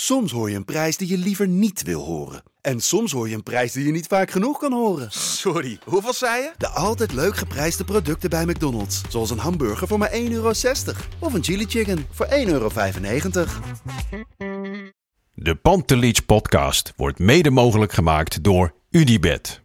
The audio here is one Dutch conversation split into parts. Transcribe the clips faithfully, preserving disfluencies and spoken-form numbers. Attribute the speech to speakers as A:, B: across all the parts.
A: Soms hoor je een prijs die je liever niet wil horen. En soms hoor je een prijs die je niet vaak genoeg kan horen.
B: Sorry, hoeveel zei je?
A: De altijd leuk geprijsde producten bij McDonald's. Zoals een hamburger voor maar één euro zestig. Of een chili chicken voor één euro vijfennegentig.
C: De Pantelich podcast wordt mede mogelijk gemaakt door Unibet.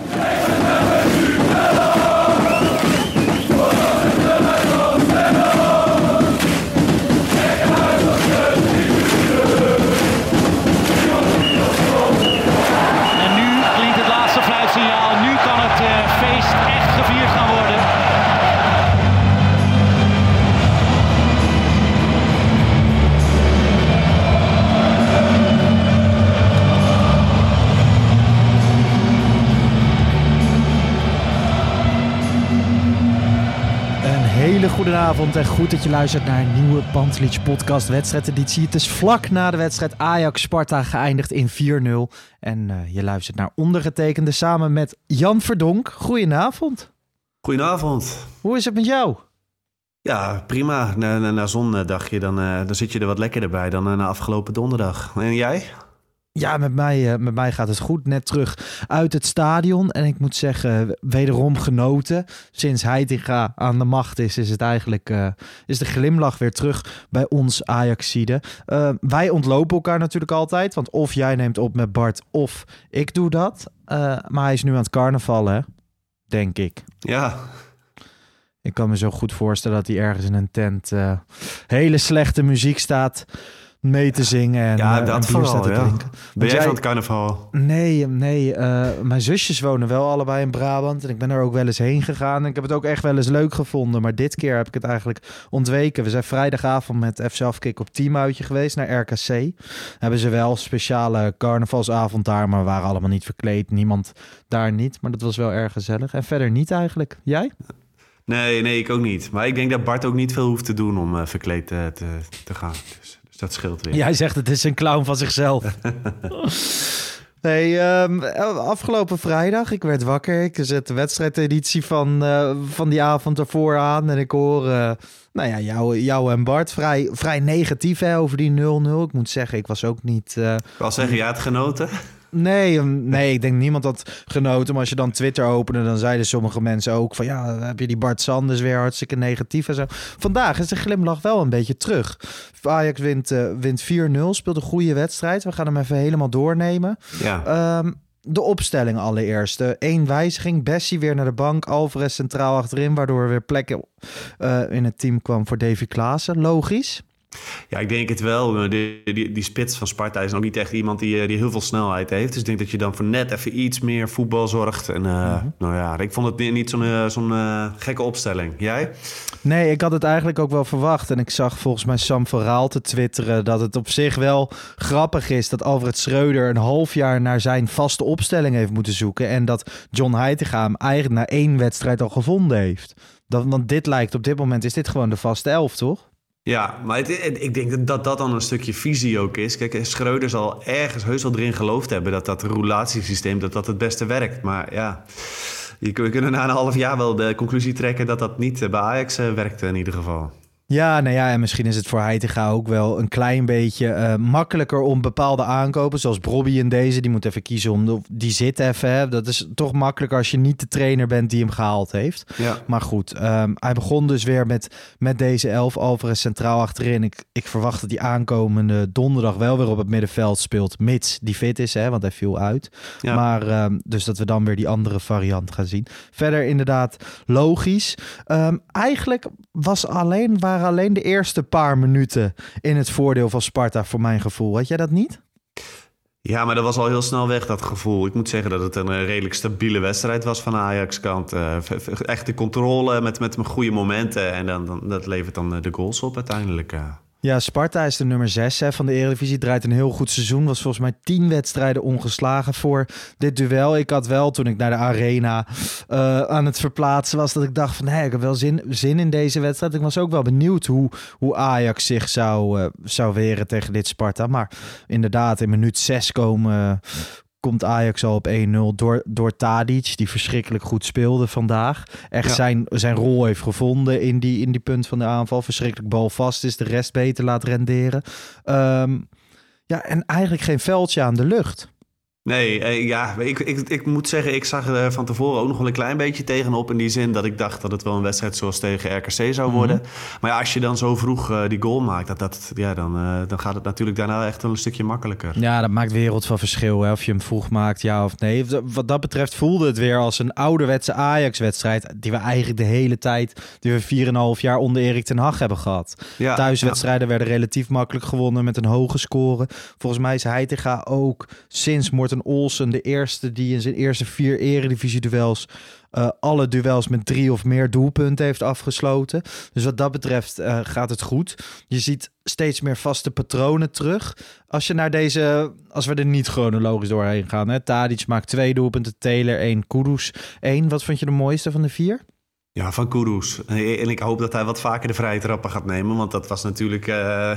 D: Hele goedenavond en goed dat je luistert naar een nieuwe Pantelich podcast wedstrijdeditie. Het is vlak na de wedstrijd Ajax-Sparta geëindigd in vier nul. En uh, je luistert naar ondergetekende samen met Jan Verdonk. Goedenavond.
E: Goedenavond.
D: Hoe is het met jou?
E: Ja, prima. Na, na, na zo'n dagje, dan, uh, dan zit je er wat lekkerder bij dan uh, na afgelopen donderdag. En jij?
D: Ja, met mij, uh, met mij gaat het goed. Net terug uit het stadion. En ik moet zeggen, wederom genoten. Sinds Heitinga aan de macht is, is het eigenlijk uh, is de glimlach weer terug bij ons Ajaxiden. Uh, wij ontlopen elkaar natuurlijk altijd. Want of jij neemt op met Bart of ik doe dat. Uh, maar hij is nu aan het carnaval, hè? Denk ik.
E: Ja.
D: Ik kan me zo goed voorstellen dat hij ergens in een tent uh, hele slechte muziek staat mee te zingen en,
E: ja,
D: uh,
E: dat
D: en bier staat te
E: ja.
D: drinken.
E: Ben jij,
D: jij
E: van het carnaval?
D: Nee, nee. Uh, mijn zusjes wonen wel allebei in Brabant. En ik ben er ook wel eens heen gegaan. En ik heb het ook echt wel eens leuk gevonden. Maar dit keer heb ik het eigenlijk ontweken. We zijn vrijdagavond met F C Afkick op teamuitje geweest naar R K C. Hebben ze wel speciale carnavalsavond daar. Maar we waren allemaal niet verkleed. Niemand daar niet. Maar dat was wel erg gezellig. En verder niet eigenlijk. Jij?
E: Nee, nee, ik ook niet. Maar ik denk dat Bart ook niet veel hoeft te doen om uh, verkleed uh, te, te gaan. Dus, dus dat scheelt weer.
D: Jij zegt het is een clown van zichzelf. Hey, um, afgelopen vrijdag, ik werd wakker. Ik zet de wedstrijdeditie van, uh, van die avond ervoor aan. En ik hoor uh, nou ja, jou, jou en Bart vrij, vrij negatief hè, over die nul nul. Ik moet zeggen, ik was ook niet... Uh,
E: ik wil zeggen, jij had genoten?
D: Nee, nee, ik denk niemand had genoten. Maar als je dan Twitter opende, dan zeiden sommige mensen ook van... ja, heb je die Bart Sanders weer hartstikke negatief en zo. Vandaag is de glimlach wel een beetje terug. Ajax wint, uh, wint vier nul, speelt een goede wedstrijd. We gaan hem even helemaal doornemen.
E: Ja.
D: Um, de opstelling allereerst. Eén uh, wijziging, Bessie weer naar de bank. Alvarez centraal achterin, waardoor er weer plekken uh, in het team kwam voor Davy Klaassen. Logisch.
E: Ja, ik denk het wel. Die, die, die spits van Sparta is ook niet echt iemand die, die heel veel snelheid heeft. Dus ik denk dat je dan voor net even iets meer voetbal zorgt. En uh, mm-hmm. nou ja, ik vond het niet zo'n, zo'n uh, gekke opstelling. Jij?
D: Nee, ik had het eigenlijk ook wel verwacht. En ik zag volgens mij Sam Verhaal te twitteren dat het op zich wel grappig is dat Alfred Schreuder een half jaar naar zijn vaste opstelling heeft moeten zoeken. En dat John Heitinga hem eigenlijk na één wedstrijd al gevonden heeft. Dat, want dit lijkt op dit moment, is dit gewoon de vaste elf, toch?
E: Ja, maar het, het, ik denk dat dat dan een stukje visie ook is. Kijk, Schreuder zal ergens heus wel erin geloofd hebben dat dat roulatiesysteem dat dat het beste werkt. Maar ja, we kunnen na een half jaar wel de conclusie trekken dat dat niet bij Ajax werkt in ieder geval.
D: Ja, nou ja, en misschien is het voor Heitinga ook wel een klein beetje uh, makkelijker om bepaalde aankopen, zoals Brobby in deze, die moet even kiezen om, die zit even, hè. Dat is toch makkelijker als je niet de trainer bent die hem gehaald heeft.
E: Ja.
D: Maar goed, um, hij begon dus weer met, met deze elf, Alvarez centraal achterin. Ik, ik verwacht dat die aankomende donderdag wel weer op het middenveld speelt, mits die fit is, hè, want hij viel uit.
E: Ja.
D: Maar um, dus dat we dan weer die andere variant gaan zien. Verder inderdaad logisch. Um, eigenlijk was alleen waar alleen de eerste paar minuten in het voordeel van Sparta voor mijn gevoel. Had jij dat niet?
E: Ja, maar dat was al heel snel weg, dat gevoel. Ik moet zeggen dat het een redelijk stabiele wedstrijd was van de Ajax-kant. Uh, echt de controle met, met goede momenten. En dan, dan, dat levert dan de goals op uiteindelijk. Uh.
D: Ja, Sparta is de nummer zes hè, van de Eredivisie. Draait een heel goed seizoen. Was volgens mij tien wedstrijden ongeslagen voor dit duel. Ik had wel, toen ik naar de arena uh, aan het verplaatsen was, dat ik dacht van, hé, ik heb wel zin, zin in deze wedstrijd. Ik was ook wel benieuwd hoe, hoe Ajax zich zou, uh, zou weren tegen dit Sparta. Maar inderdaad, in minuut zes komen... Uh, komt Ajax al op één nul door, door Tadic, die verschrikkelijk goed speelde vandaag. Echt ja. zijn, zijn rol heeft gevonden in die, in die punt van de aanval. Verschrikkelijk balvast is, de rest beter laat renderen. Um, Ja, en eigenlijk geen veldje aan de lucht.
E: Nee, eh, ja, ik, ik, ik moet zeggen, ik zag er van tevoren ook nog wel een klein beetje tegenop. In die zin dat ik dacht dat het wel een wedstrijd zoals tegen R K C zou worden. Mm-hmm. Maar ja, als je dan zo vroeg uh, die goal maakt, dat, dat, ja, dan, uh, dan gaat het natuurlijk daarna echt wel een stukje makkelijker.
D: Ja, dat maakt wereld van verschil. Hè? Of je hem vroeg maakt, ja of nee. Wat dat betreft voelde het weer als een ouderwetse Ajax-wedstrijd. Die we eigenlijk de hele tijd, die we vier en een half jaar onder Erik ten Hag hebben gehad. Ja, Thuiswedstrijden ja. werden relatief makkelijk gewonnen met een hoge score. Volgens mij is Heitinga ook sinds Morten Olsen de eerste die in zijn eerste vier eredivisie-duels uh, alle duels met drie of meer doelpunten heeft afgesloten. Dus wat dat betreft uh, gaat het goed. Je ziet steeds meer vaste patronen terug. Als je naar deze, als we er niet chronologisch doorheen gaan. Hè? Tadic maakt twee doelpunten, Taylor één, Kudus één. Wat vond je de mooiste van de vier?
E: Ja, van Kudus. En ik hoop dat hij wat vaker de vrije trappen gaat nemen. Want dat was natuurlijk uh,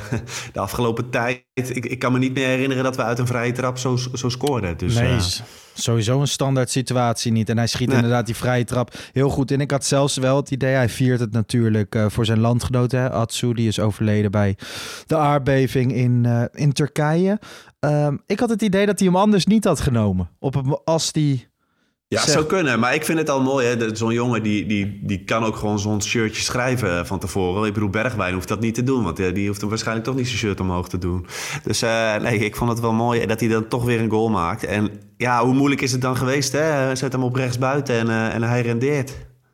E: de afgelopen tijd. Ik, ik kan me niet meer herinneren dat we uit een vrije trap zo, zo scoorden. Dus,
D: nee,
E: uh...
D: sowieso een standaard situatie niet. En hij schiet nee. inderdaad die vrije trap heel goed in. Ik had zelfs wel het idee, hij viert het natuurlijk uh, voor zijn landgenoot. Hè? Atsu, die is overleden bij de aardbeving in, uh, in Turkije. Um, ik had het idee dat hij hem anders niet had genomen. Op hem, als die...
E: Ja, zeg. Zou kunnen. Maar ik vind het al mooi. Hè? Zo'n jongen die, die, die kan ook gewoon zo'n shirtje schrijven van tevoren. Ik bedoel, Bergwijn hoeft dat niet te doen. Want die hoeft hem waarschijnlijk toch niet zijn shirt omhoog te doen. Dus uh, nee, ik vond het wel mooi dat hij dan toch weer een goal maakt. En ja, hoe moeilijk is het dan geweest? Hè? Zet hem op rechts buiten en, uh, en hij rendeert.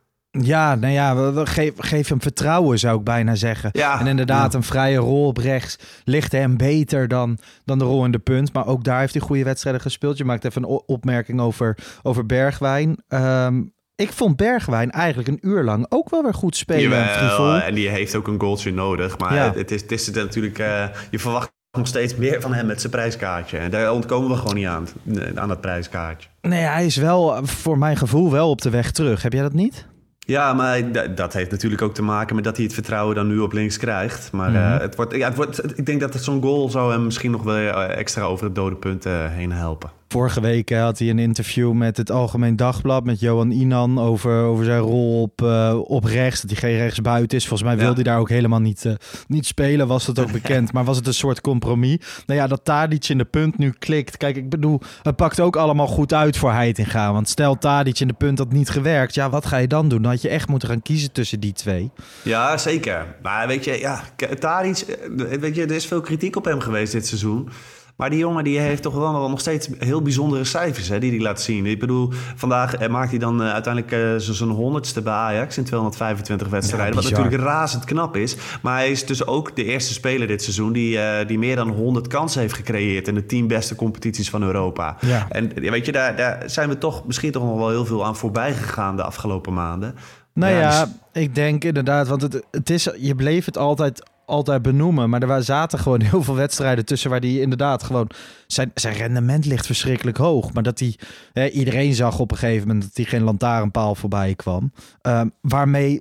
D: Ja, nou ja, geef, geef hem vertrouwen, zou ik bijna zeggen. Ja, en inderdaad, ja. een vrije rol op rechts ligt hem beter dan, dan de rol in de punt. Maar ook daar heeft hij goede wedstrijden gespeeld. Je maakt even een opmerking over, over Bergwijn. Um, ik vond Bergwijn eigenlijk een uur lang ook wel weer goed spelen.
E: Jawel, en die heeft ook een goaltje nodig. Maar ja. het, is, het is natuurlijk... Uh, je verwacht nog steeds meer van hem met zijn prijskaartje. En daar ontkomen we gewoon niet aan, aan dat prijskaartje.
D: Nee, hij is wel, voor mijn gevoel, wel op de weg terug. Heb jij dat niet?
E: Ja, maar dat heeft natuurlijk ook te maken met dat hij het vertrouwen dan nu op links krijgt. Maar mm-hmm. uh, het wordt, ja, het wordt, ik denk dat het zo'n goal zou hem misschien nog wel extra over het dode punt uh, heen helpen.
D: Vorige week had hij een interview met het Algemeen Dagblad met Johan Inan over, over zijn rol op, uh, op rechts. Dat hij geen rechtsbuiten is. Volgens mij wilde ja. hij daar ook helemaal niet, uh, niet spelen, was dat ook bekend. Maar was het een soort compromis? Nou ja, dat Tadic in de punt nu klikt. Kijk, ik bedoel, het pakt ook allemaal goed uit voor Heitinga. Want stel Tadic in de punt had niet gewerkt. Ja, wat ga je dan doen? Dan had je echt moeten gaan kiezen tussen die twee.
E: Ja, zeker. Maar weet je, ja, Tadic, weet je, er is veel kritiek op hem geweest dit seizoen. Maar die jongen die heeft toch wel nog steeds heel bijzondere cijfers hè, die hij laat zien. Ik bedoel, vandaag maakt hij dan uh, uiteindelijk uh, zo'n honderdste bij Ajax in tweehonderdvijfentwintig wedstrijden. Ja, wat natuurlijk razend knap is. Maar hij is dus ook de eerste speler dit seizoen die, uh, die meer dan honderd kansen heeft gecreëerd in de tien beste competities van Europa. Ja. En weet je, daar, daar zijn we toch misschien toch nog wel heel veel aan voorbij gegaan de afgelopen maanden.
D: Nou ja, ja dus... ik denk inderdaad, want het, het is, je bleef het altijd... altijd benoemen, maar er zaten gewoon heel veel wedstrijden tussen waar die inderdaad gewoon zijn, zijn rendement ligt verschrikkelijk hoog, maar dat die hè, iedereen zag op een gegeven moment dat hij geen lantaarnpaal voorbij kwam, um, waarmee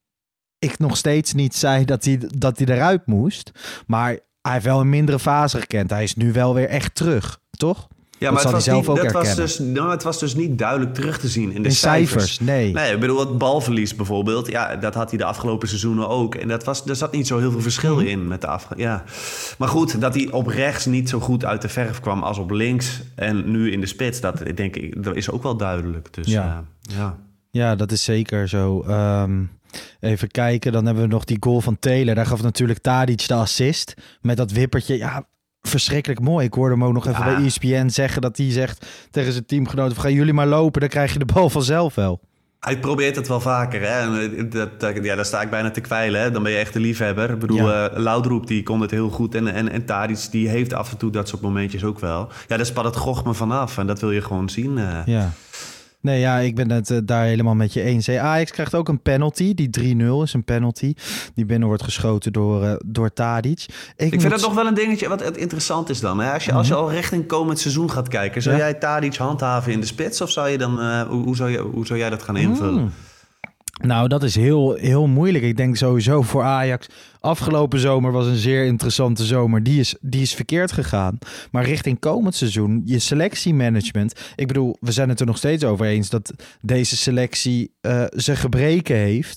D: ik nog steeds niet zei dat hij dat hij eruit moest, maar hij heeft wel een mindere fase gekend. Hij is nu wel weer echt terug, toch?
E: Ja, maar het was, niet, dat was dus, nou, het was dus niet duidelijk terug te zien in de
D: in
E: cijfers.
D: cijfers. Nee.
E: Nee, ik bedoel, het balverlies bijvoorbeeld. Ja, dat had hij de afgelopen seizoenen ook. En dat was, er zat niet zo heel veel verschil in met de afge... Ja. Maar goed, dat hij op rechts niet zo goed uit de verf kwam als op links. En nu in de spits, dat denk ik, dat is ook wel duidelijk. Dus,
D: ja.
E: Uh, ja.
D: ja, dat is zeker zo. Um, even kijken, dan hebben we nog die goal van Taylor. Daar gaf natuurlijk Tadic de assist met dat wippertje. Ja, verschrikkelijk mooi. Ik hoorde hem ook nog even ja. bij E S P N zeggen dat hij zegt tegen zijn teamgenoten: gaan jullie maar lopen, dan krijg je de bal vanzelf wel.
E: Hij probeert het wel vaker. Hè? Dat, dat, ja, daar sta ik bijna te kwijlen. Hè? Dan ben je echt een liefhebber. Ik bedoel, ja. uh, Laudrup die kon het heel goed. En, en, en Tadic die heeft af en toe dat soort momentjes ook wel. Ja, daar spat het goch me vanaf. En dat wil je gewoon zien. Uh.
D: Ja. Nee, ja, ik ben het uh, daar helemaal met je eens. Hey, Ajax krijgt ook een penalty. Die drie nul is een penalty. Die binnen wordt geschoten door, uh, door Tadic. Ik,
E: ik
D: moet...
E: vind dat nog wel een dingetje wat interessant is dan. Hè? Als, je, als je al richting komend seizoen gaat kijken... zou ja. jij Tadic handhaven in de spits? Of zou je dan, uh, hoe, hoe, zou je, hoe zou jij dat gaan invullen?
D: Mm. Nou, dat is heel, heel moeilijk. Ik denk sowieso voor Ajax. Afgelopen zomer was een zeer interessante zomer. Die is, die is verkeerd gegaan. Maar richting komend seizoen, je selectiemanagement. Ik bedoel, we zijn het er nog steeds over eens dat deze selectie uh, zijn gebreken heeft.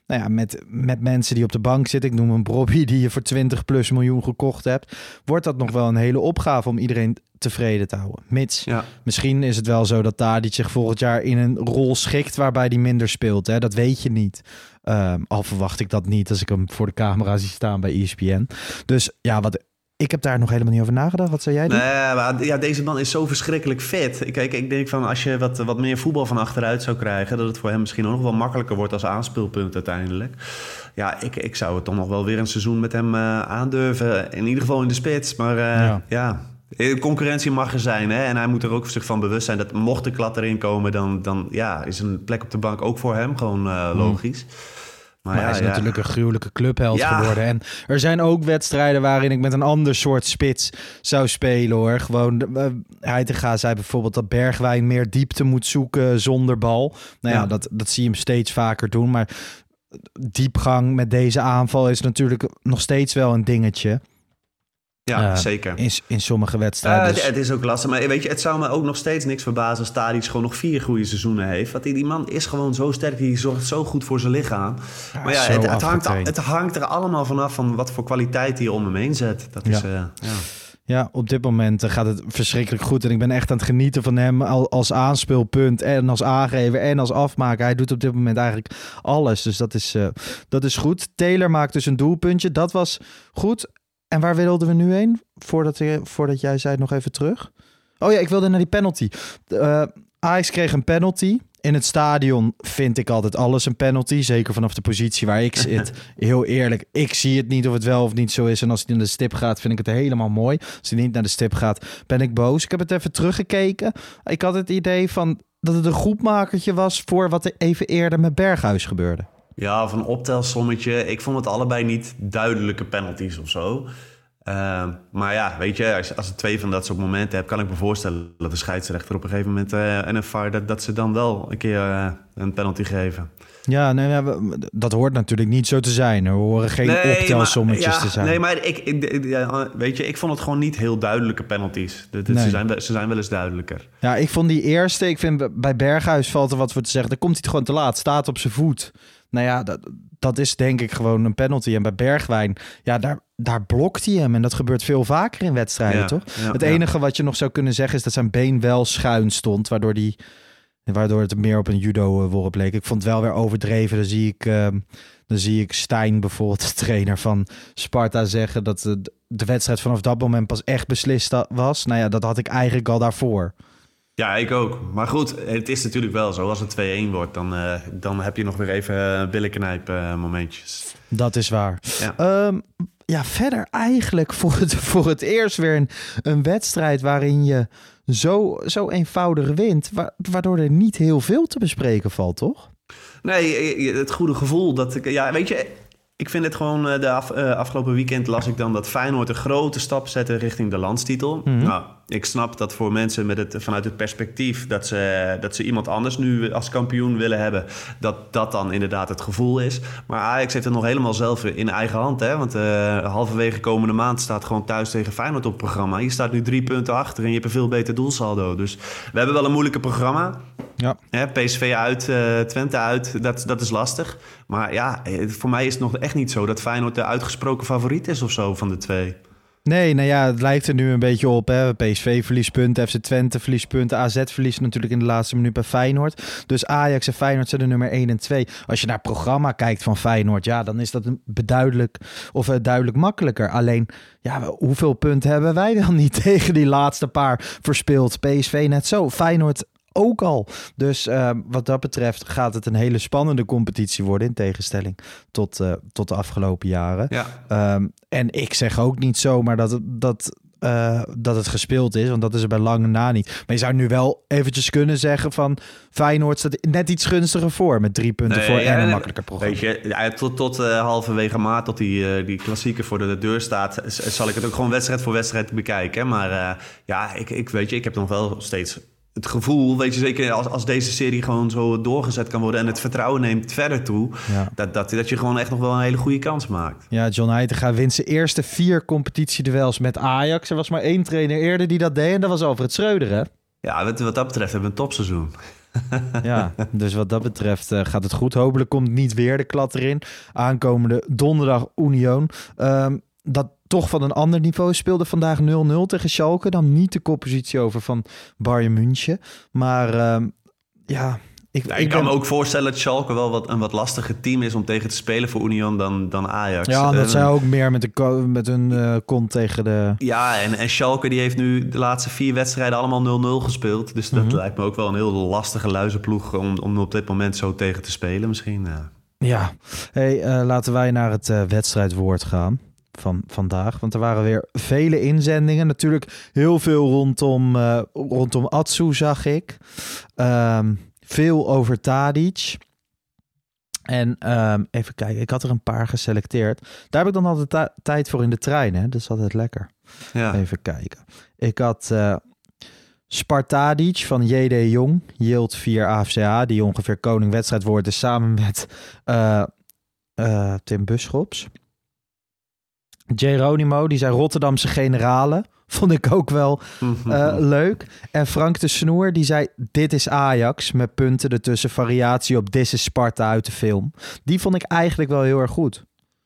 D: nou ja, met, met mensen die op de bank zitten, ik noem een Brobby die je voor twintig plus miljoen gekocht hebt, wordt dat nog wel een hele opgave om iedereen tevreden te houden. Mits, ja. misschien is het wel zo dat Tadic zich volgend jaar in een rol schikt waarbij hij minder speelt. Hè? Dat weet je niet. Um, al verwacht ik dat niet als ik hem voor de camera zie staan bij E S P N. Dus ja, wat... Ik heb daar nog helemaal niet over nagedacht. Wat zou jij doen?
E: Nee, maar ja, deze man is zo verschrikkelijk fit. Kijk, ik denk van als je wat, wat meer voetbal van achteruit zou krijgen, dat het voor hem misschien ook nog wel makkelijker wordt als aanspeelpunt uiteindelijk. Ja, ik, ik zou het toch nog wel weer een seizoen met hem uh, aandurven. In ieder geval in de spits. Maar uh, ja... ja. Concurrentie mag er zijn, hè? En hij moet er ook zich van bewust zijn dat mocht de klad erin komen, dan, dan ja, is een plek op de bank ook voor hem gewoon uh, logisch. Hmm.
D: Maar, maar ja, hij is ja. natuurlijk een gruwelijke clubheld ja. geworden. En er zijn ook wedstrijden waarin ik met een ander soort spits zou spelen, hoor. Gewoon, uh, Heitinga zei bijvoorbeeld dat Bergwijn meer diepte moet zoeken zonder bal. Nou ja, ja. Dat, dat zie je hem steeds vaker doen. Maar diepgang met deze aanval is natuurlijk nog steeds wel een dingetje.
E: Ja, uh, zeker.
D: In, in sommige wedstrijden.
E: Uh, het, het is ook lastig. Maar weet je, het zou me ook nog steeds niks verbazen als Tadic gewoon nog vier goede seizoenen heeft. Want die, die man is gewoon zo sterk. Die zorgt zo goed voor zijn lichaam. Ja, maar ja, het, het, hangt, het hangt er allemaal vanaf van wat voor kwaliteit hij om hem heen zet. Dat is, ja. Uh, ja.
D: Ja, op dit moment gaat het verschrikkelijk goed. En ik ben echt aan het genieten van hem als aanspeelpunt en als aangever en als afmaker. Hij doet op dit moment eigenlijk alles. Dus dat is, uh, dat is goed. Taylor maakt dus een doelpuntje. Dat was goed. En waar wilden we nu heen? Voordat, voordat jij zei nog even terug. Oh ja, ik wilde naar die penalty. Uh, Ajax kreeg een penalty. In het stadion vind ik altijd alles een penalty. Zeker vanaf de positie waar ik zit. Heel eerlijk, ik zie het niet of het wel of niet zo is. En als het naar de stip gaat, vind ik het helemaal mooi. Als het niet naar de stip gaat, ben ik boos. Ik heb het even teruggekeken. Ik had het idee van dat het een groepmakertje was voor wat er even eerder met Berghuis gebeurde.
E: Ja, of een optelsommetje. Ik vond het allebei niet duidelijke penalties of zo. Uh, maar ja, weet je, als, als je twee van dat soort momenten hebt, kan ik me voorstellen dat de scheidsrechter op een gegeven moment uh, en een V A R dat, dat ze dan wel een keer uh, een penalty geven.
D: Ja, nee, dat hoort natuurlijk niet zo te zijn. Er horen geen nee, optelsommetjes ja, te zijn.
E: Nee, maar ik, ik, ja, weet je, ik vond het gewoon niet heel duidelijke penalties. De, de, nee. ze, zijn, ze zijn wel eens duidelijker.
D: Ja, ik vond die eerste, ik vind bij Berghuis valt er wat voor te zeggen. Dan komt hij gewoon te laat, staat op zijn voet. Nou ja, dat, dat is denk ik gewoon een penalty. En bij Bergwijn, ja, daar, daar blokt hij hem. En dat gebeurt veel vaker in wedstrijden, ja, toch? Ja, het enige ja. wat je nog zou kunnen zeggen is dat zijn been wel schuin stond, waardoor die... Waardoor het meer op een judo-worp leek. Ik vond het wel weer overdreven. Dan zie ik, uh, dan zie ik Stijn bijvoorbeeld, de trainer van Sparta, zeggen dat de, de wedstrijd vanaf dat moment pas echt beslist was. Nou ja, dat had ik eigenlijk al daarvoor.
E: Ja, ik ook. Maar goed, het is natuurlijk wel zo. Als het twee-een wordt, dan, uh, dan heb je nog weer even uh, billenknijp uh, momentjes.
D: Dat is waar. Ja, um, ja verder eigenlijk voor het, voor het eerst weer een, een wedstrijd waarin je zo, zo eenvoudig wint, waardoor er niet heel veel te bespreken valt, toch?
E: Nee, het goede gevoel dat ik... Ja, weet je, ik vind het gewoon... De af, uh, afgelopen weekend las ik dan dat Feyenoord een grote stap zette richting de landstitel. Mm-hmm. Nou, ik snap dat voor mensen met het, vanuit het perspectief dat ze, dat ze iemand anders nu als kampioen willen hebben, dat dat dan inderdaad het gevoel is. Maar Ajax heeft het nog helemaal zelf in eigen hand, hè? Want uh, halverwege komende maand staat gewoon thuis tegen Feyenoord op het programma. Je staat nu drie punten achter en je hebt een veel beter doelsaldo. Dus we hebben wel een moeilijke programma. Ja. Hè, P S V uit, uh, Twente uit, dat, dat is lastig. Maar ja, voor mij is het nog echt niet zo dat Feyenoord de uitgesproken favoriet is of zo van de twee.
D: Nee, nou ja, het lijkt er nu een beetje op. Hè. P S V verliest punten, F C Twente verliest punten, A Z verliest natuurlijk in de laatste minuut bij Feyenoord. Dus Ajax en Feyenoord zijn de nummer één en twee. Als je naar het programma kijkt van Feyenoord, ja, dan is dat beduidelijk of uh, duidelijk makkelijker. Alleen, ja, hoeveel punten hebben wij wel niet tegen die laatste paar verspeeld? P S V net zo, Feyenoord ook al. Dus uh, wat dat betreft gaat het een hele spannende competitie worden, in tegenstelling tot, uh, tot de afgelopen jaren. Ja. Um, en ik zeg ook niet zomaar dat het, dat, uh, dat het gespeeld is, want dat is er bij lange na niet. Maar je zou nu wel eventjes kunnen zeggen van Feyenoord staat net iets gunstiger voor, met drie punten nee, voor ja, en een makkelijker programma.
E: Weet je, ja, tot, tot uh, halverwege maart, tot die, uh, die klassieker voor de, de deur staat, zal ik het ook gewoon wedstrijd voor wedstrijd bekijken. Maar uh, ja, ik, ik weet je, ik heb nog wel steeds het gevoel, weet je zeker, als, als deze serie gewoon zo doorgezet kan worden en het vertrouwen neemt verder toe, ja. dat, dat, dat je gewoon echt nog wel een hele goede kans maakt.
D: Ja, John Heitinga wint zijn eerste vier competitieduels met Ajax. Er was maar één trainer eerder die dat deed en dat was Alfred Schreuder, hè?
E: Ja, wat, wat dat betreft hebben we een topseizoen.
D: Ja, dus wat dat betreft uh, gaat het goed. Hopelijk komt niet weer de klad erin. Aankomende donderdag Union. Um, dat toch van een ander niveau speelde vandaag nul nul tegen Schalke. Dan niet de koppositie over van Bayern München. Maar um, ja... Ik,
E: ja,
D: ik
E: ik kan
D: ben...
E: me ook voorstellen dat Schalke wel wat, een wat lastiger team is om tegen te spelen voor Union dan, dan Ajax.
D: Ja, dat
E: uh,
D: zij ook meer met, de, met hun uh, kont tegen de...
E: Ja, en, en Schalke die heeft nu de laatste vier wedstrijden allemaal nul nul gespeeld. Dus dat mm-hmm. lijkt me ook wel een heel lastige luizenploeg om, om op dit moment zo tegen te spelen misschien. Uh.
D: Ja, hey, uh, laten wij naar het uh, wedstrijdwoord gaan van vandaag. Want er waren weer vele inzendingen. Natuurlijk heel veel rondom, uh, rondom Atsu, zag ik. Um, Veel over Tadic. En um, even kijken, ik had er een paar geselecteerd. Daar heb ik dan altijd ta- tijd voor in de trein, hè? Dat is altijd lekker. Ja. Even kijken. Ik had uh, Spartadic van J D Jong, Yield vier A F C A, die ongeveer koning wedstrijd wordt, samen met uh, uh, Tim Buschops. Geronimo, die zei Rotterdamse generalen. Vond ik ook wel uh, leuk. En Frank de Snoer, die zei... Dit is Ajax, met punten ertussen. Variatie op This is Sparta uit de film. Die vond ik eigenlijk wel heel erg goed.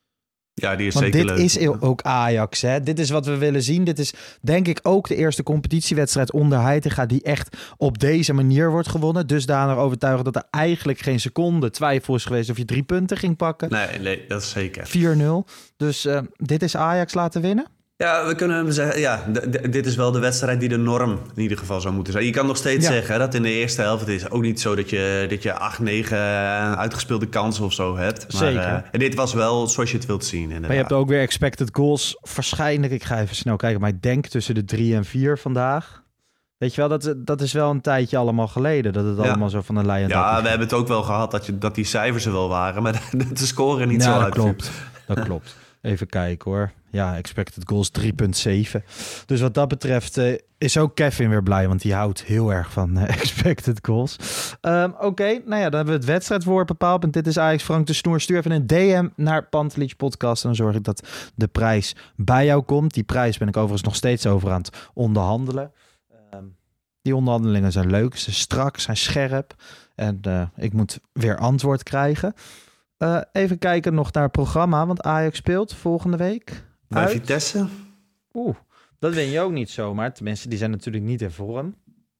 E: Ja, die is
D: Want
E: zeker
D: dit
E: leuk.
D: is ook Ajax, hè. Dit is wat we willen zien. Dit is denk ik ook de eerste competitiewedstrijd onder Heitinga... die echt op deze manier wordt gewonnen. Dusdanig overtuigen dat er eigenlijk geen seconde twijfel is geweest... of je drie punten ging pakken.
E: Nee, nee, dat is zeker.
D: vier nul. Dus uh, dit is Ajax laten winnen?
E: Ja, we kunnen zeggen, ja, d- d- dit is wel de wedstrijd die de norm in ieder geval zou moeten zijn. Je kan nog steeds ja. zeggen dat in de eerste helft... het is ook niet zo dat je, dat je acht, negen uitgespeelde kansen of zo hebt. Maar,
D: Zeker.
E: Uh, en dit was wel zoals je het wilt zien. Inderdaad.
D: Maar je hebt ook weer expected goals. Waarschijnlijk, ik ga even snel kijken... maar ik denk tussen de drie en vier vandaag. Weet je wel, dat, dat is wel een tijdje allemaal geleden... dat het ja. allemaal zo van de lei en
E: Ja, we
D: ging.
E: hebben het ook wel gehad dat, je, dat die cijfers er wel waren... maar dat de score niet
D: ja,
E: zo
D: dat
E: uitviel.
D: klopt. Dat klopt. Even kijken hoor. Ja, expected goals drie komma zeven. Dus wat dat betreft uh, is ook Kevin weer blij... want die houdt heel erg van uh, expected goals. Um, Oké, okay, nou ja, dan hebben we het wedstrijdwoord bepaald. En dit is Ajax Frank de Snoer. Stuur even een D M naar Pantelic Podcast... en dan zorg ik dat de prijs bij jou komt. Die prijs ben ik overigens nog steeds over aan het onderhandelen. Um, die onderhandelingen zijn leuk, ze zijn strak, zijn scherp. En uh, ik moet weer antwoord krijgen... Uh, even kijken nog naar het programma, want Ajax speelt volgende week.
E: Bij
D: uit.
E: Vitesse.
D: Oeh, dat win je ook niet zomaar. Tenminste, die zijn natuurlijk niet in vorm.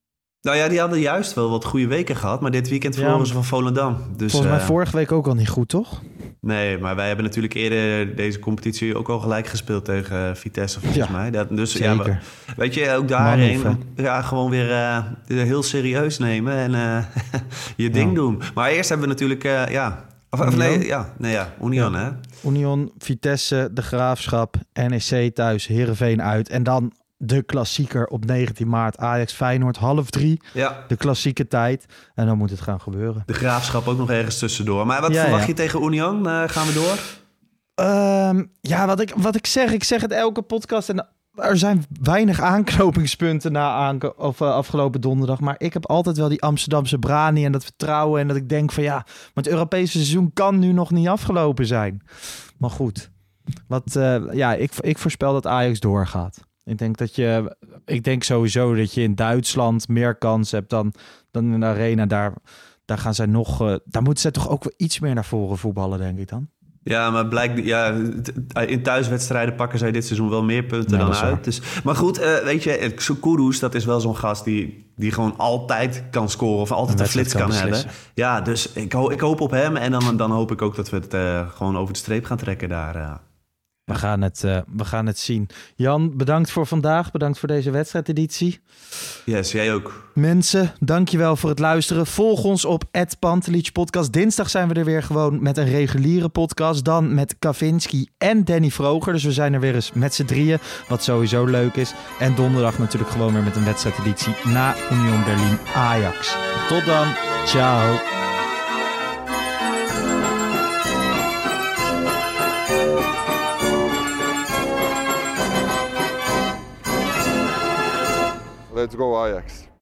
E: Nou ja, die hadden juist wel wat goede weken gehad, maar dit weekend verloren ja, ze van Volendam. Dus,
D: volgens mij
E: uh,
D: vorige week ook al niet goed, toch?
E: Nee, maar wij hebben natuurlijk eerder deze competitie ook al gelijk gespeeld tegen Vitesse, volgens
D: ja,
E: mij. Dat, dus
D: zeker.
E: Ja, maar, weet je, ook daarheen ja, gewoon weer uh, heel serieus nemen en uh, je ding ja. doen. Maar eerst hebben we natuurlijk, uh, ja... Of, of nee, ja, nee, ja, Union, ja. hè?
D: Union, Vitesse, De Graafschap, N E C thuis, Heerenveen uit. En dan de klassieker op negentien maart, Ajax Feyenoord, half drie.
E: Ja.
D: De klassieke tijd. En dan moet het gaan gebeuren.
E: De Graafschap ook nog ergens tussendoor. Maar wat
D: ja,
E: verwacht
D: ja.
E: je tegen Union? Uh, gaan we door?
D: Um, ja, wat ik, wat ik zeg, ik zeg het elke podcast... en er zijn weinig aanknopingspunten na aanko- of, uh, afgelopen donderdag. Maar ik heb altijd wel die Amsterdamse brani en dat vertrouwen. En dat ik denk van ja, maar het Europese seizoen kan nu nog niet afgelopen zijn. Maar goed, wat, uh, ja, ik, ik voorspel dat Ajax doorgaat. Ik denk dat je, ik denk sowieso dat je in Duitsland meer kans hebt dan, dan in de arena. Daar, daar gaan zij nog, uh, daar moeten zij toch ook wel iets meer naar voren voetballen, denk ik dan.
E: Ja, maar blijkt, ja, in thuiswedstrijden pakken zij dit seizoen wel meer punten ja, dan uit. Dus, maar goed, uh, weet je, Kudus, dat is wel zo'n gast die, die gewoon altijd kan scoren of altijd een, een flits kan, kan hebben. Ja, dus ik, ho- ik hoop op hem en dan, dan hoop ik ook dat we het uh, gewoon over de streep gaan trekken daar. Uh.
D: We gaan, het, uh, we gaan het zien. Jan, bedankt voor vandaag. Bedankt voor deze wedstrijdeditie.
E: Yes, jij ook.
D: Mensen, dankjewel voor het luisteren. Volg ons op at Pantelic Podcast. Dinsdag zijn we er weer gewoon met een reguliere podcast. Dan met Kavinski en Danny Vroger. Dus we zijn er weer eens met z'n drieën. Wat sowieso leuk is. En donderdag natuurlijk gewoon weer met een wedstrijdeditie na Union Berlin Ajax. Tot dan. Ciao.
F: Let's go Ajax.